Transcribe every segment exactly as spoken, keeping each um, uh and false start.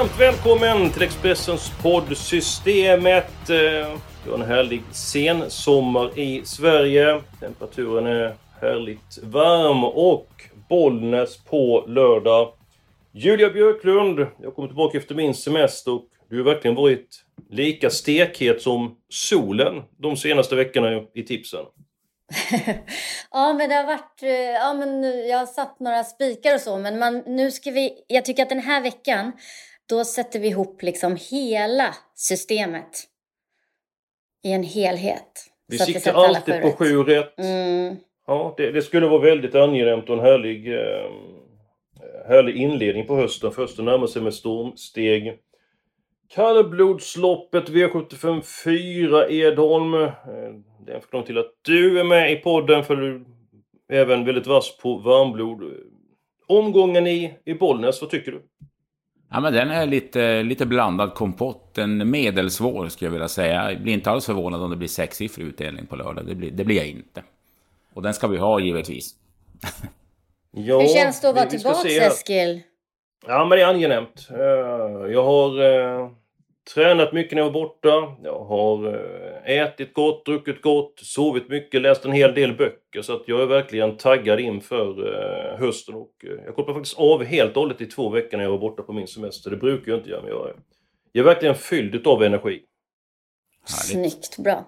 Varmt välkommen till Expressens poddsystemet. Det var en härlig sen sommar i Sverige. Temperaturen är härligt varm och Bollnäs på lördag. Julia Björklund, jag kommer tillbaka efter min semester och du har verkligen varit lika stekhet som solen de senaste veckorna i tipsen. Ja, men det har varit, ja, men jag har satt några spikar och så, men man, nu ska vi, jag tycker att den här veckan, då sätter vi ihop liksom hela systemet i en helhet. Vi så siktar vi alltid på sju rätt. Mm. Ja, det, det skulle vara väldigt angenämt och en härlig, eh, härlig inledning på hösten. Först närmar sig med stormsteg. Kallblodsloppet V sjuttiofem fyra Edholm. Eh, det är en förklaring till att du är med i podden, för du är även väldigt vass på varmblod. Omgången i, i Bollnäs, vad tycker du? Ja, men den är lite, lite blandad kompott. En medelsvår skulle jag vilja säga. Jag blir inte alls förvånad om det blir sexsiffrig utdelning på lördag. Det blir, det blir jag inte. Och den ska vi ha givetvis. Ja, hur känns det att vara vi, vi tillbaka, Eskil? Ja, men det är angenämt. Jag har uh, tränat mycket när jag var borta. Jag har uh, ätit gott, druckit gott, sovit mycket, läst en hel del böcker. Så att jag är verkligen taggad inför uh, hösten. Och, uh, jag kopplar faktiskt av helt och hållet i två veckor när jag var borta på min semester. Det brukar jag inte göra, men jag är, jag är verkligen fylld av energi. Snyggt, bra.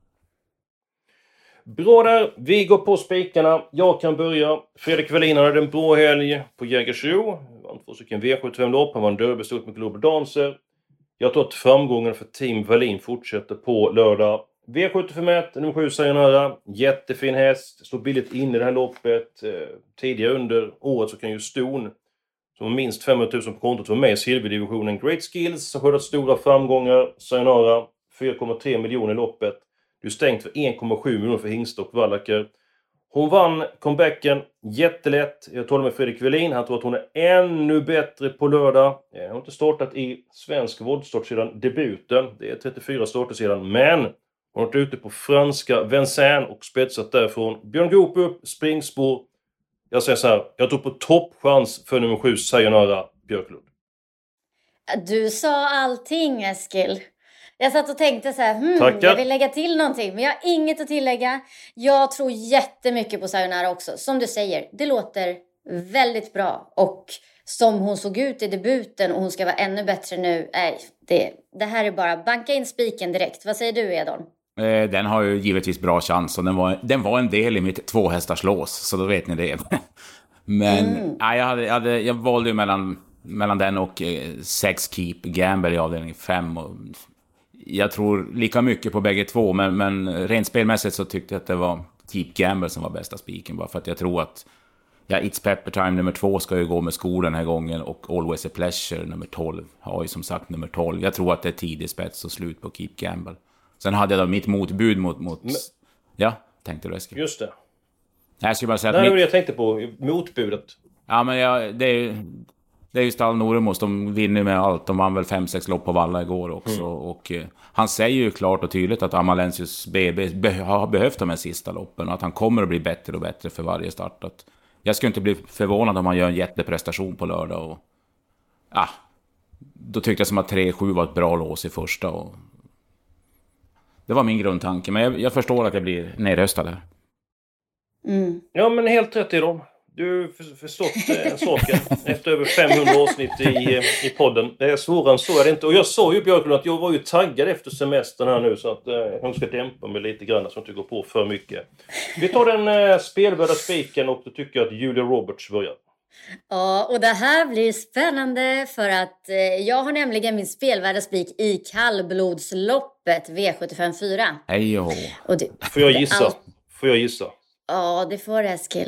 Bra där, vi går på spikarna. Jag kan börja. Fredrik Wallin hade en bra helg på Jägersro. Han två stycken V sjuttiofem-lopp. Han var en derbystort med Global Dancer. Jag tror att framgången för Team Wallin fortsätter på lördag. V sjuttiofem ett, nummer sju Sayonara. Jättefin häst. Står billigt in i det här loppet. Eh, tidigare under året så kan ju Ston, som har minst femhundratusen på kontot, vara med i silverdivisionen. Great Skills har skördat stora framgångar. Sayonara, fyra komma tre miljoner i loppet. Du är stängt för en komma sju miljoner för Hingst och Wallacker. Hon vann comebacken jättelätt. Jag talar med Fredrik Wallin. Han tror att hon är ännu bättre på lördag. Hon har inte startat i svensk våldstart sedan debuten. Det är trettiofyra starter sedan. Men hon har varit ute på franska Vincennes och spetsat därifrån. Björn Goop upp, springspår. Jag säger så här. Jag tror på toppchans för nummer sju Sayonara Björklund. Du sa allting, Eskil. Jag satt och tänkte så här, hmm, Tackar. jag vill lägga till någonting, men jag har inget att tillägga. Jag tror jättemycket på Sayonara också. Som du säger, det låter väldigt bra. Och som hon såg ut i debuten och hon ska vara ännu bättre nu. Nej, det, det här är bara banka in spiken direkt. Vad säger du, Edon? Eh, den har ju givetvis bra chans. Och den var, den var en del i mitt tvåhästarslås. Så då vet ni det. Men Mm. nej, jag, hade, jag, hade, jag valde ju mellan, mellan den och eh, sex Keep Gamble i avdelning fem. Och jag tror lika mycket på bägge två, men, men rent spelmässigt så tyckte jag att det var Keep Gamble som var bästa spiken. Bara för att jag tror att ja, It's Pepper Time nummer två ska ju gå med skor den här gången, och Always a Pleasure nummer tolv har ju som sagt nummer tolv. Jag tror att det är tidig spets och slut på Keep Gamble. Sen hade jag då mitt motbud mot... mot men, ja, tänkte du Eskil? Just det. Jag skulle bara säga Nej, att det var mitt, det jag tänkte på. Motbudet. ja, men jag, det är ju... Det är ju Stall Noremos, de vinner med allt. De vann väl fem sex lopp på Valla igår också. Mm. Och eh, han säger ju klart och tydligt att Amalensius B B be- har behövt de här sista loppen. Och att han kommer att bli bättre och bättre för varje start. Att jag skulle inte bli förvånad om han gör en jätteprestation på lördag. Och, ah, då tyckte jag som att tre sju var ett bra lås i första. Och det var min grundtanke. Men jag, jag förstår att jag blir nerröstad där. Mm. Ja, men helt rätt i dem. Du har för, förstått eh, saken efter över femhundra avsnitt i, i podden. Det är svårare än så är det inte. Och jag sa ju, Björklund, att jag var ju taggad efter semestern här nu. Så att eh, jag ska dämpa mig lite grann så att jag inte går på för mycket. Vi tar den eh, spelvärda spiken och då tycker jag att Julia Roberts börjar. Ja, och det här blir spännande för att eh, jag har nämligen min spelvärda spik i kallblodsloppet V sjuttiofem fyra. Hej och och det, Får jag gissa? All... Får jag gissa? Ja, det får Eskil.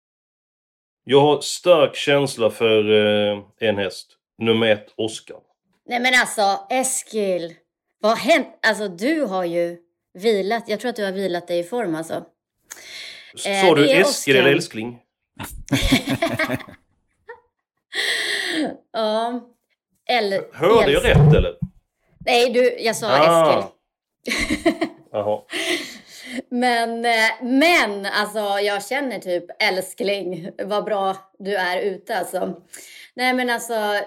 Jag har stark känsla för eh, en häst. Nummer ett, Oscar. Nej men alltså, Eskil. Vad har hänt? Alltså du har ju vilat. Jag tror att du har vilat dig i form alltså. Sa Eh, du det är Eskil Oscar. eller älskling? Ja. Eller, Hörde jag rätt eller? Nej, du, jag sa Ah. Eskil. Jaha. Men, eh, men alltså jag känner typ älskling. Vad bra du är ute alltså. Nej men alltså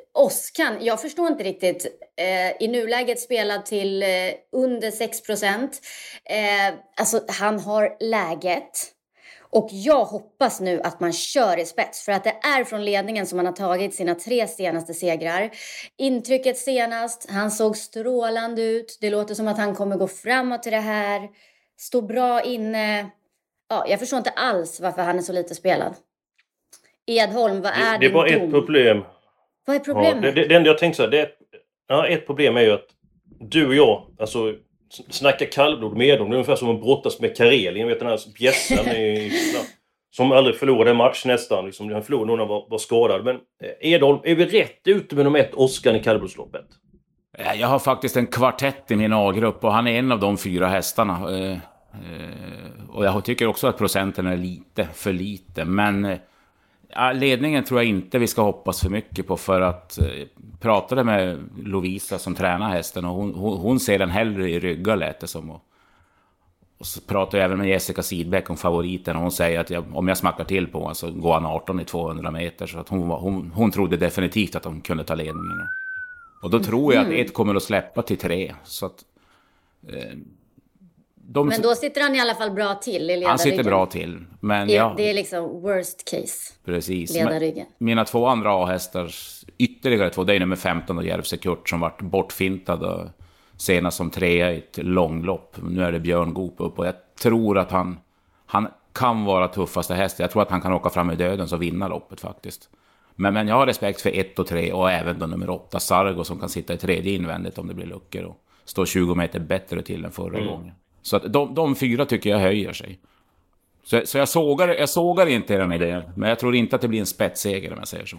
Oskan, jag förstår inte riktigt. Eh, I nuläget spelad till eh, under sex procent. Eh, alltså han har läget. Och jag hoppas nu att man kör i spets. För att det är från ledningen som man har tagit sina tre senaste segrar. Intrycket senast, han såg strålande ut. Det låter som att han kommer gå framåt till det här. Stå bra inne. Ja, jag förstår inte alls varför han är så lite spelad. Edholm, vad är det, det är bara din ett dom? problem. Vad är problemet? Ja, det, det, det enda jag tänkte så här, det är, ja, ett problem är ju att du och jag, alltså snacka kallblod med dem. Det är ungefär som att brottas med Karelien, vet den här bjässan i, som aldrig förlorade en match nästan. Liksom, han förlorade när han var, var skadad. Men Edholm, är vi rätt ute med nummer ett Oscar i kallblodsloppet? Jag har faktiskt en kvartett i min A-grupp och han är en av de fyra hästarna. Och jag tycker också att procenten är lite för lite. Men ja, ledningen tror jag inte vi ska hoppas för mycket på, för att eh, pratade med Lovisa som tränar hästen och hon, hon, hon ser den hellre i rygga, lät det som. Och, och så pratar jag även med Jessica Sidbeck om favoriten och hon säger att jag, om jag smackar till på honom så går han arton i tvåhundra meter, så att hon, hon, hon trodde definitivt att de kunde ta ledningen. Och då tror jag att ett kommer att släppa till tre, så att eh, de, men då sitter han i alla fall bra till i han sitter bra till. Men ja, ja, det är liksom worst case. Precis. Ledarryggen. Mina två andra A-hästar, ytterligare två, det är nummer femton och Järvse Kurt som vart bortfintad och senast som trea i ett långlopp. Nu är det Björn Goop upp och jag tror att han, han kan vara tuffaste häst. Jag tror att han kan åka fram i döden och vinna loppet faktiskt. Men, men jag har respekt för ett och tre och även då nummer åtta Sargo som kan sitta i tredje invändigt om det blir luckor och stå tjugo meter bättre till än förra mm. gången. Så att de, de fyra tycker jag höjer sig. Så, så jag, sågar, jag sågar inte den idén. Men jag tror inte att det blir en spetsseger om jag säger så.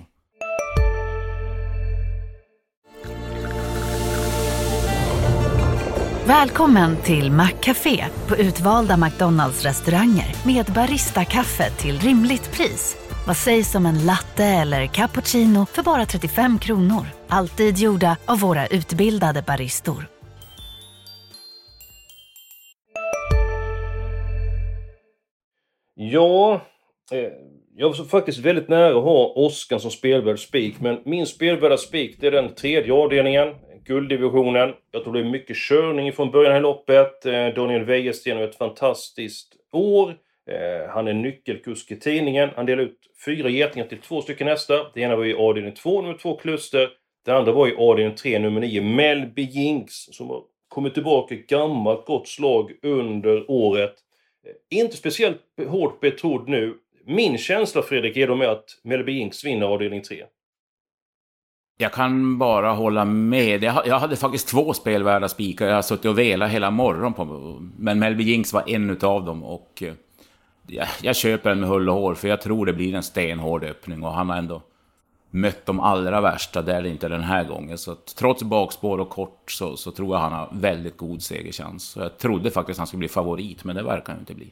Välkommen till Maccafé på utvalda McDonalds-restauranger med barista-kaffe till rimligt pris. Vad sägs om en latte eller cappuccino för bara trettiofem kronor? Alltid gjorda av våra utbildade baristor. Ja, eh, jag var faktiskt väldigt nära att ha Oscar som spelvärd spik. Men min spelvärda spik, det är den tredje avdelningen, gulddivisionen. Jag tror det är mycket körning från början i loppet. Eh, Daniel Wäjersten har ett fantastiskt år. Eh, han är nyckelkusk i tidningen. Han delar ut fyra getingar till två stycken hästar. Det ena var i avdelning två, nummer två Kluster. Det andra var i avdelning tre, nummer nio Melby Jinx, som har kommit tillbaka ett gammalt gott slag under året. Inte speciellt hårt betrodd nu. Min känsla, Fredrik, är då med att Melby Jinx vinner avdelning tre. Jag kan bara hålla med. Jag, jag hade faktiskt två spelvärda spikar. Jag har suttit och velat hela morgon på. Men Melby Jinx var en utav dem. Och jag, jag köper den med hull och hår. För jag tror det blir en stenhård öppning. Och han har ändå mött de allra värsta där inte den här gången. Så att, trots bakspår och kort så, så tror jag han har väldigt god segerchans. Så jag trodde faktiskt han skulle bli favorit, men det verkar han inte bli.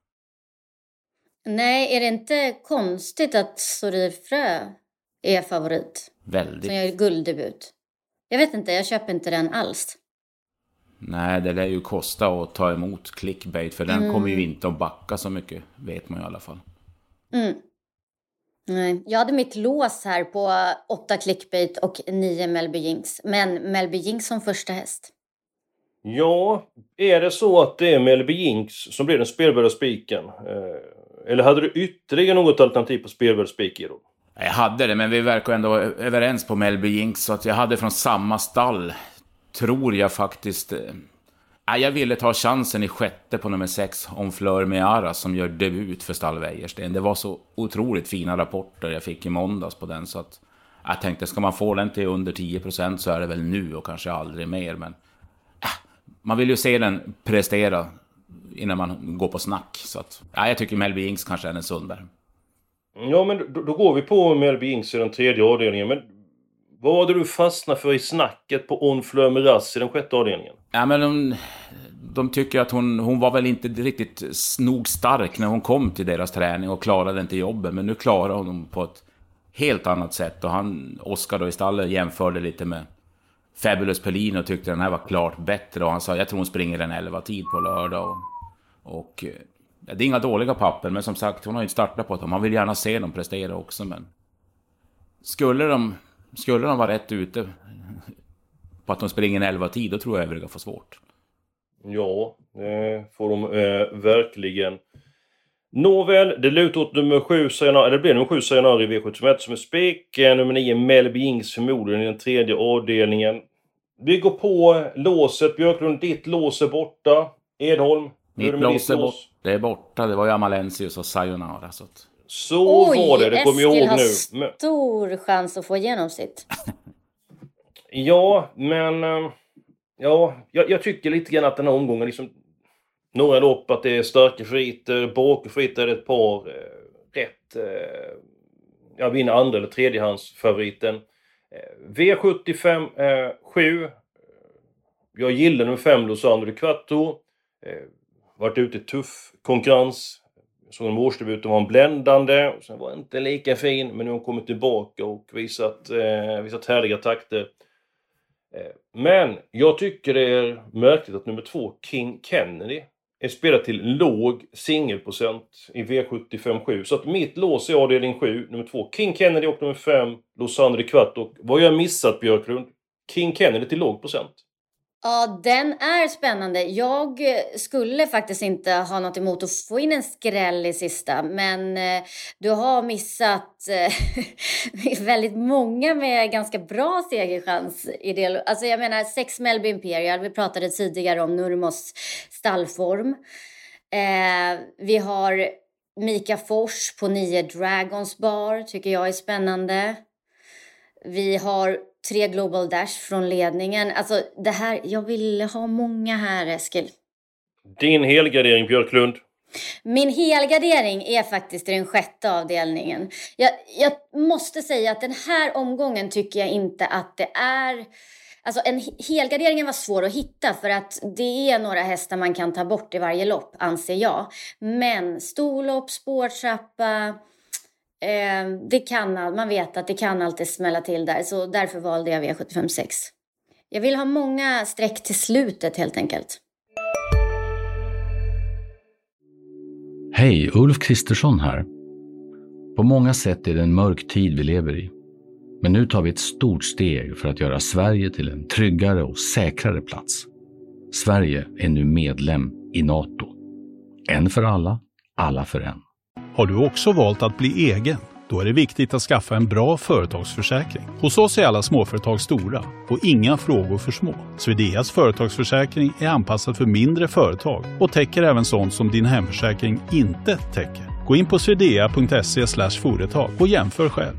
Nej, är det inte konstigt att Sorry Frö är favorit? Väldigt. Som gör gulddebut. Jag vet inte, jag köper inte den alls. Nej, det lär ju kosta att ta emot clickbait. För den mm. kommer ju inte att backa så mycket, vet man i alla fall. Mm. Nej, jag hade mitt lås här på åtta clickbait och nio Melby Jinx. Men Melby Jinx som första häst. Ja, är det så att det är Melby Jinx som blir den spelvärda spiken? Eller hade du ytterligare något alternativ på spelvärda spik i då? Jag hade det, men vi verkar ändå överens på Melby Jinx. Så att jag hade från samma stall, tror jag faktiskt. Jag ville ta chansen i sjätte på nummer sex om Fleur Meara som gör debut för stall Wäjersten. Det var så otroligt fina rapporter jag fick i måndags på den, så att jag tänkte, ska man få den till under tio procent så är det väl nu och kanske aldrig mer. Men äh, man vill ju se den prestera innan man går på snack. Så att, ja, jag tycker Melby Jinx kanske är en sundare. Ja, men då, då går vi på Melby Jinx i den tredje avdelningen. Men vad var det du fastnade för i snacket på On Fleur Meras i den sjätte avdelningen? Ja, men de, de tycker att hon, hon var väl inte riktigt nog stark när hon kom till deras träning och klarade inte jobbet. Men nu klarar hon på ett helt annat sätt. Och han, Oscar då i stallet, jämförde lite med Fabulous Pelin och tyckte den här var klart bättre. Och han sa, jag tror hon springer en elva tid på lördag. Och, och det är inga dåliga papper, men som sagt, hon har ju startat på att man vill gärna se dem prestera också. Men skulle de skulle de vara rätt ute på att de springer en elva tid, då tror jag övriga får svårt. Ja, det får de eh, verkligen. Nåväl, det lutar åt nummer sju senare, eller det blir nummer sju senare i V sjuttionio som är spik. Nummer nio Melby Ings förmodligen i den tredje avdelningen. Vi går på låset. Björklund, ditt lås är borta. Edholm, mitt hur är lås är bort, det är borta. Det var ju Amalensius och Sayonara. Så, att... så Oj, var det, det kommer jag ihåg har nu. Men... stor chans att få igenom sitt. Ja, men ja, jag, jag tycker lite grann att den här omgången liksom, några lopp att det är starka favoriter, bakfavoriter är det ett par eh, rätt eh, jag vinner andra eller tredjehandsfavoriten. eh, V sjuttiofem eh, sju, jag gillar nummer fem Lozano di Quattro, eh, varit ute i tuff konkurrens, så en årsdebut var en bländande, och sen var inte lika fin, men nu har hon kommit tillbaka och visat, eh, visat härliga takter. Men jag tycker det är märkligt att nummer två King Kennedy är spelat till låg singelprocent i V sjuttiofem sju. Så att mitt lås är avdelning sju, nummer två King Kennedy och nummer fem Lozano di Quattro. Vad har jag missat, Björklund? King Kennedy till låg procent. Ja, den är spännande. Jag skulle faktiskt inte ha något emot att få in en skräll i sista. Men eh, du har missat eh, väldigt många med ganska bra segerchans i det. Alltså jag menar, sex Melby Imperial. Vi pratade tidigare om Nurmos stallform. Eh, vi har Mika Fors på nio Dragons Bar. Tycker jag är spännande. Vi har tre Global Dash från ledningen. Alltså det här, jag vill ha många här, Eskil. Din helgardering, Björklund? Min helgardering är faktiskt i den sjätte avdelningen. Jag, jag måste säga att den här omgången tycker jag inte att det är... Alltså en helgarderingen var svår att hitta för att det är några hästar man kan ta bort i varje lopp, anser jag. Men storlopp, spårtrappa... Eh, det kan, man vet att det kan alltid smälla till där. Så därför valde jag V sjuttiofem sex. Jag vill ha många streck till slutet helt enkelt. Hej, Ulf Kristersson här. På många sätt är det en mörk tid vi lever i. Men nu tar vi ett stort steg för att göra Sverige till en tryggare och säkrare plats. Sverige är nu medlem i NATO. En för alla, alla för en. Har du också valt att bli egen? Då är det viktigt att skaffa en bra företagsförsäkring. Hos oss är alla småföretag stora och inga frågor för små. Swedeas företagsförsäkring är anpassad för mindre företag och täcker även sånt som din hemförsäkring inte täcker. Gå in på swedea punkt se slash företag och jämför själv.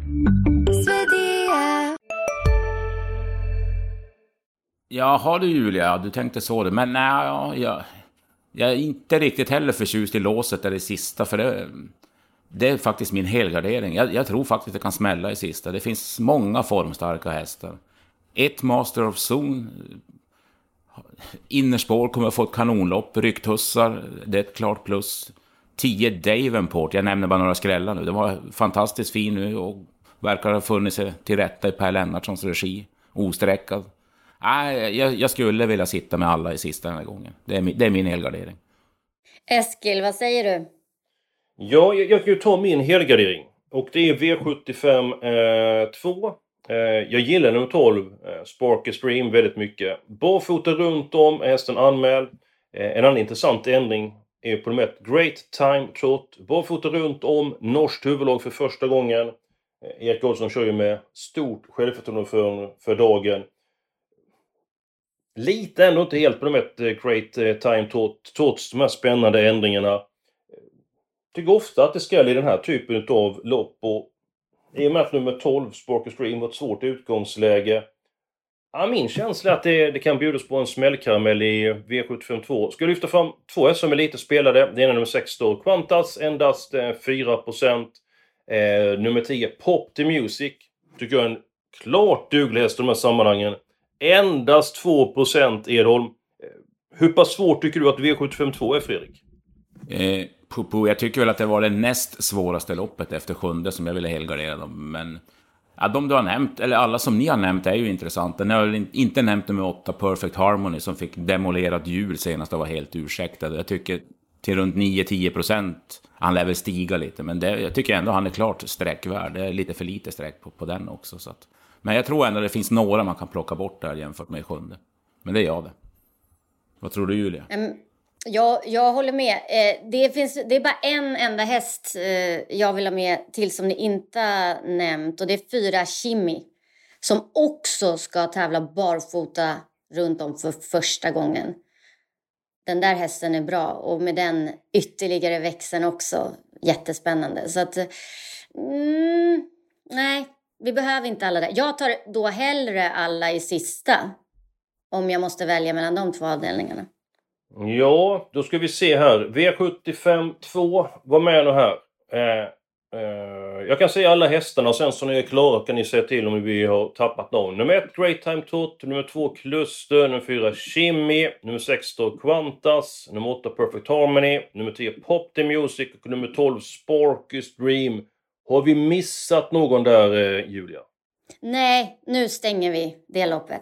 Ja, har du Julia, du tänkte så det. Men nej, ja, jag, jag är inte riktigt heller förtjust i låset eller det sista, för det, det är faktiskt min helgardering. Jag, jag tror faktiskt det kan smälla i sista. Det finns många formstarka hästar. Ett Master of Zone, innerspår kommer att få ett kanonlopp, rycktussar, det är ett klart plus. tio Davenport, jag nämner bara några skrällar nu. Det var fantastiskt fin nu och verkar ha funnit sig till rätta i Per Lennartssons regi. Osträckad. Nej, jag, jag skulle vilja sitta med alla i sista den här gången. Det är, det är min helgardering. Eskil, vad säger du? Ja, jag, jag kan ju ta min helgardering. Och det är V sjuttiofem två. Eh, jag gillar nummer tolv, eh, Sparky Stream, väldigt mycket. Barfota runt om, är hästen anmäld. Eh, en annan intressant ändring är på nummer ett Great Time Trot. Barfota runt om, norskt huvudlag för första gången. Eh, Erik Olsson kör ju med stort självförtroende för, för dagen. Lite ändå inte helt på de ett Great Time Trot, trots de här spännande ändringarna. Jag tycker ofta att det ska i den här typen av lopp, och i och med att nummer tolv Sparky Stream var ett svårt utgångsläge. Ja, min känsla är att det, det kan bjudas på en smällkaramell i V sjuttiofem två. Ska jag lyfta fram två hästar som är lite spelade. Det ena nummer sex står Qantas, endast eh, fyra procent. Eh, nummer tio Pop the Music. Tycker jag är en klart duglig häst i de här sammanhangen. Endast två procent, Edholm. Hur pass svårt tycker du att V sjuttiofem två är, Fredrik? Eh, pupu, jag tycker väl att det var det näst svåraste loppet efter sjunde som jag ville helgardera dem. Men ja, de du har nämnt, eller alla som ni har nämnt, är ju intressanta. Ni har väl inte nämnt nummer åtta Perfect Harmony som fick demolerat hjul senast och var helt ursäktad. Jag tycker till runt nio till tio procent han lär väl stiga lite. Men det, jag tycker ändå han är klart sträckvärd. Det är lite för lite sträck på, på den också. Så att. Men jag tror ändå det finns några man kan plocka bort där jämfört med sjunde. Men det är jag det. Vad tror du, Julia? Um, jag, jag håller med. Eh, det, finns, det är bara en enda häst eh, jag vill ha med till som ni inte har nämnt. Och det är fyra Kimi. Som också ska tävla barfota runt om för första gången. Den där hästen är bra. Och med den ytterligare växeln också. Jättespännande. Så att... Mm, nej, vi behöver inte alla där. Jag tar då hellre alla i sista. Om jag måste välja mellan de två avdelningarna. Ja, då ska vi se här. V sjuttiofem två, var med nu här. Eh, eh, jag kan säga alla hästarna och sen så när jag är klara kan ni säga till om vi har tappat någon. Nummer ett, Great Time Tot. Nummer två, Kluster. Nummer fyra, Kimi. Nummer sex, då, Quantas. Nummer åtta, Perfect Harmony. Nummer tio, Pop the Music. Och nummer tolv, Sparkus Dream. Har vi missat någon där, eh, Julia? Nej, nu stänger vi det loppet.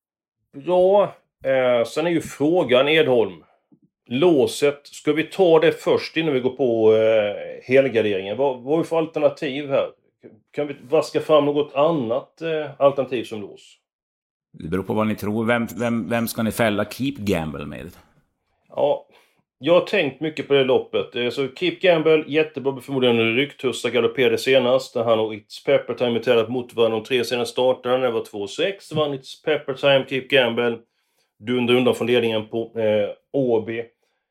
Bra. Eh, sen är ju frågan, Edholm. Låset, ska vi ta det först innan vi går på eh, helgarderingen? Vad, vad är för alternativ här? Kan vi vaska fram något annat eh, alternativ som lås? Det beror på vad ni tror. Vem, vem, vem ska ni fälla Keep Gamble med? Ja, jag har tänkt mycket på det loppet. Eh, så Keep Gamble, jättebra, förmodligen rycktussa, galopperade senast. Där han och It's Pepper Time tävlat mot varandra de tre senaste starterna. Det var två sex. Vann It's Pepper Time, Keep Gamble. Dundar undan från ledningen på eh, O B.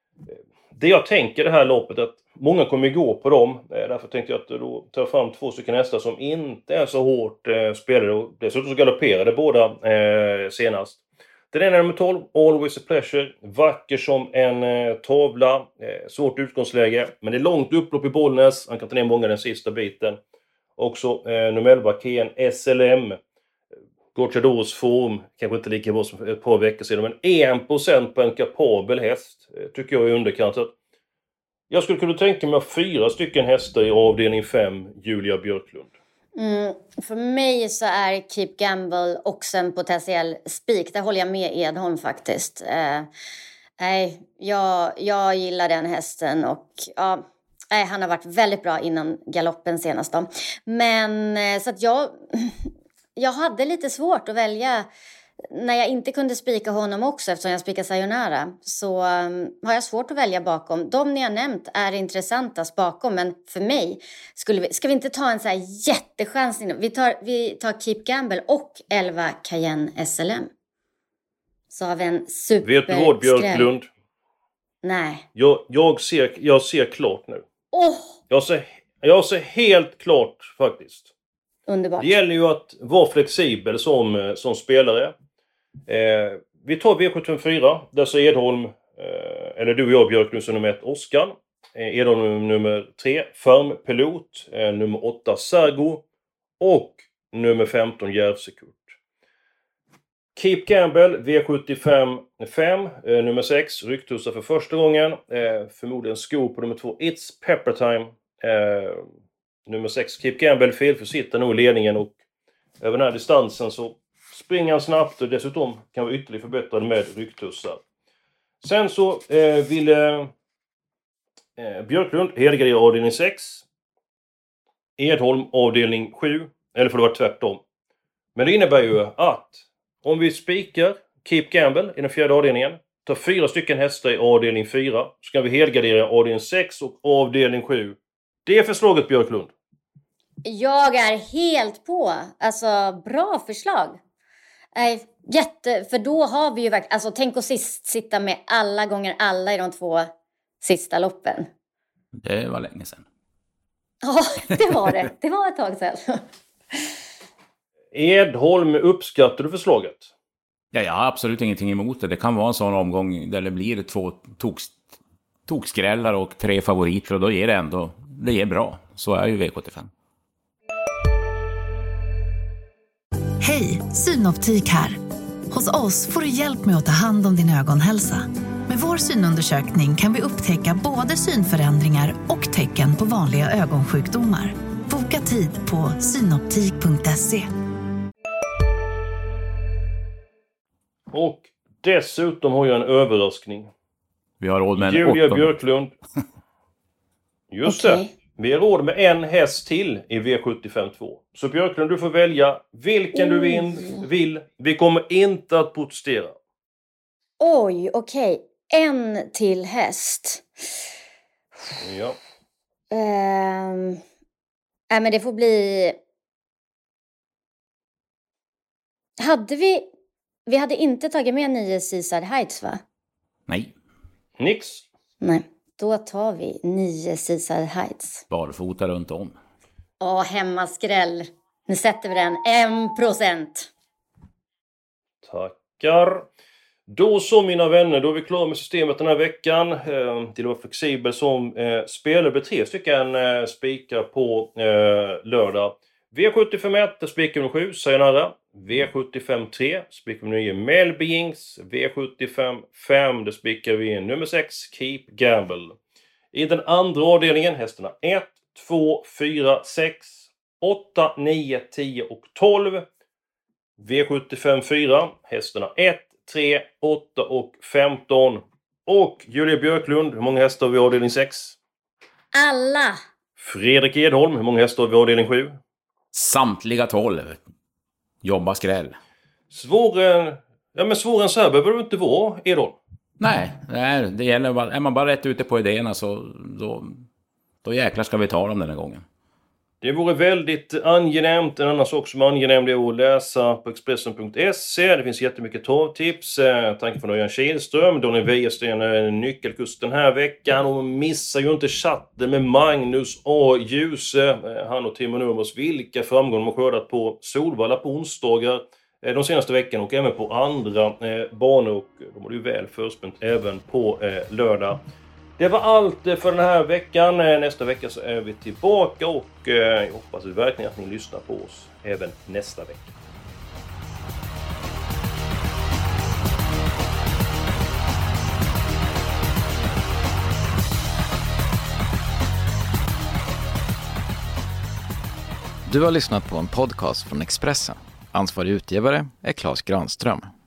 Det jag tänker det här loppet att många kommer gå på dem. Eh, därför tänkte jag att då tar fram två stycken hästar som inte är så hårt eh, spelade. Och dessutom så galopperade båda eh, senast. Den ena är nummer tolv, Always a Pleasure. Vacker som en eh, tavla. Eh, svårt utgångsläge. Men det är långt upplopp i Bollnäs. Han kan ta ner många den sista biten. Också eh, nummer elva, Ken S L M. Gorchadors form, kanske inte lika bra som ett par veckor sedan, men en procent på en kapabel häst tycker jag är underkant. Så jag skulle kunna tänka mig fyra stycken hästar i avdelning fem, Julia Björklund. Mm, för mig så är Keep Gamble också en potentiell spik. Där håller jag med Edholm faktiskt. Eh, nej, jag, jag gillar den hästen och ja, nej, han har varit väldigt bra innan galoppen senast då. Men eh, så att jag... Jag hade lite svårt att välja när jag inte kunde spika honom också eftersom jag spikar Sayonara. Så um, har jag svårt att välja bakom. De ni har nämnt är intressantast bakom. Men för mig skulle vi, ska vi inte ta en så här jättechansning. Vi tar, vi tar Keep Gamble och elva Cayenne S L M. Så har vi en super. Vet du vad, Björklund? Nej. Jag, jag, ser, jag ser klart nu. Oh. Jag, ser, jag ser helt klart faktiskt. Underbart. Det gäller ju att vara flexibel som, som spelare. Eh, vi tar V sjuttiofyra. Där så Edholm, eh, eller du och jag Björklund som nummer ett, Oskar. Eh, Edholm nummer tre, Firm Pilot. Eh, nummer åtta, Sergo. Och nummer femton, Järvsekurt. Keep Gamble, V sjuttiofem fem. Eh, nummer sex, rycktussa för första gången. Eh, förmodligen sko på nummer två, It's Pepper Time. Eh, Nummer sex, Keep Gamble fel för sitter nog i ledningen och över den här distansen så springer han snabbt och dessutom kan vara ytterligare förbättrad med rycktussar. Sen så eh, ville eh, Björklund helgardera avdelning sex. Edholm avdelning sju. Eller för det var tvärtom. Men det innebär ju att om vi spikar Keep Gamble i den fjärde avdelningen, tar fyra stycken hästar i avdelning fyra, så kan vi helgardera avdelning sex och avdelning sju. Det är förslaget, Björklund. Jag är helt på. Alltså, bra förslag. Nej, jätte, för då har vi ju verkligen... Alltså, tänk att sist sitta med alla gånger alla i de två sista loppen. Det var länge sedan. Ja, det var det. Det var ett tag sedan. Edholm, uppskattar du förslaget? Ja, jag har absolut ingenting emot det. Det kan vara en sån omgång där det blir två toks, tokskrällar och tre favoriter. Och då ger det ändå... Det ger bra. Så är ju V sjuttiofem. Hej, Synoptik här. Hos oss får du hjälp med att ta hand om din ögonhälsa. Med vår synundersökning kan vi upptäcka både synförändringar och tecken på vanliga ögonsjukdomar. Boka tid på synoptik punkt se. Och dessutom har jag en överraskning. Vi har råd med en Julia åtta. Björklund. Just okay. det. Vi har råd med en häst till i V sjuttiofem två. Så Björklund, du får välja vilken du vill. vill. Vi kommer inte att protestera. Oj, okej. Okay. En till häst. Ja. Ehm... Nej, men det får bli... Hade vi... Vi hade inte tagit med nio Seaside Heights, va? Nej. Nix. Nej, då tar vi nio Seaside Heights. Barfota runt om. Åh, hemmaskräll. Nu sätter vi den. En procent. Tackar. Då så mina vänner, då är vi klara med systemet den här veckan. Eh, till att vara flexibel som eh, spelare blir tre stycken eh, spikar på eh, lördag. V sjuttiofem ett, där spikar vi sju, Sayonara. V sjuttiofem tre, spikar vi nio, Melbeings. V sjuttiofem fem, där spikar vi nummer sex, Keep Gamble. I den andra avdelningen, hästarna ett, två, fyra, sex, åtta, nio, tio och tolv. V sjuttiofem fyra, hästarna ett, tre, åtta och femton. Och Julia Björklund, hur många hästar har vi i avdelning sex? Alla! Fredrik Edholm, hur många hästar har vi i avdelning sju? Samtliga tolv. Jobba skräll. Svårare... Ja, men svårare än så här behöver det inte vara, Edholm. Nej, nej, det gäller bara... Är man bara rätt ute på idéerna så... Då, då jäklar ska vi ta dem den här gången. Det vore väldigt angenämt. En annan sak som är angenäm det är att läsa på Expressen punkt se. Det finns jättemycket torvtips. Tanken från Örjan Kihlström. Donny Wäjersten nyckelkurs den här veckan. Och missar ju inte chatten med Magnus A. Djuse. Han och Timo Nurmos. Vilka framgångar de har skördat på Solvalla på onsdagar de senaste veckan. Och även på andra eh, banor. Och de har ju väl förspänt även på eh, lördag. Det var allt för den här veckan. Nästa vecka så är vi tillbaka och jag hoppas verkligen att ni lyssnar på oss även nästa vecka. Du har lyssnat på en podcast från Expressen. Ansvarig utgivare är Claes Granström.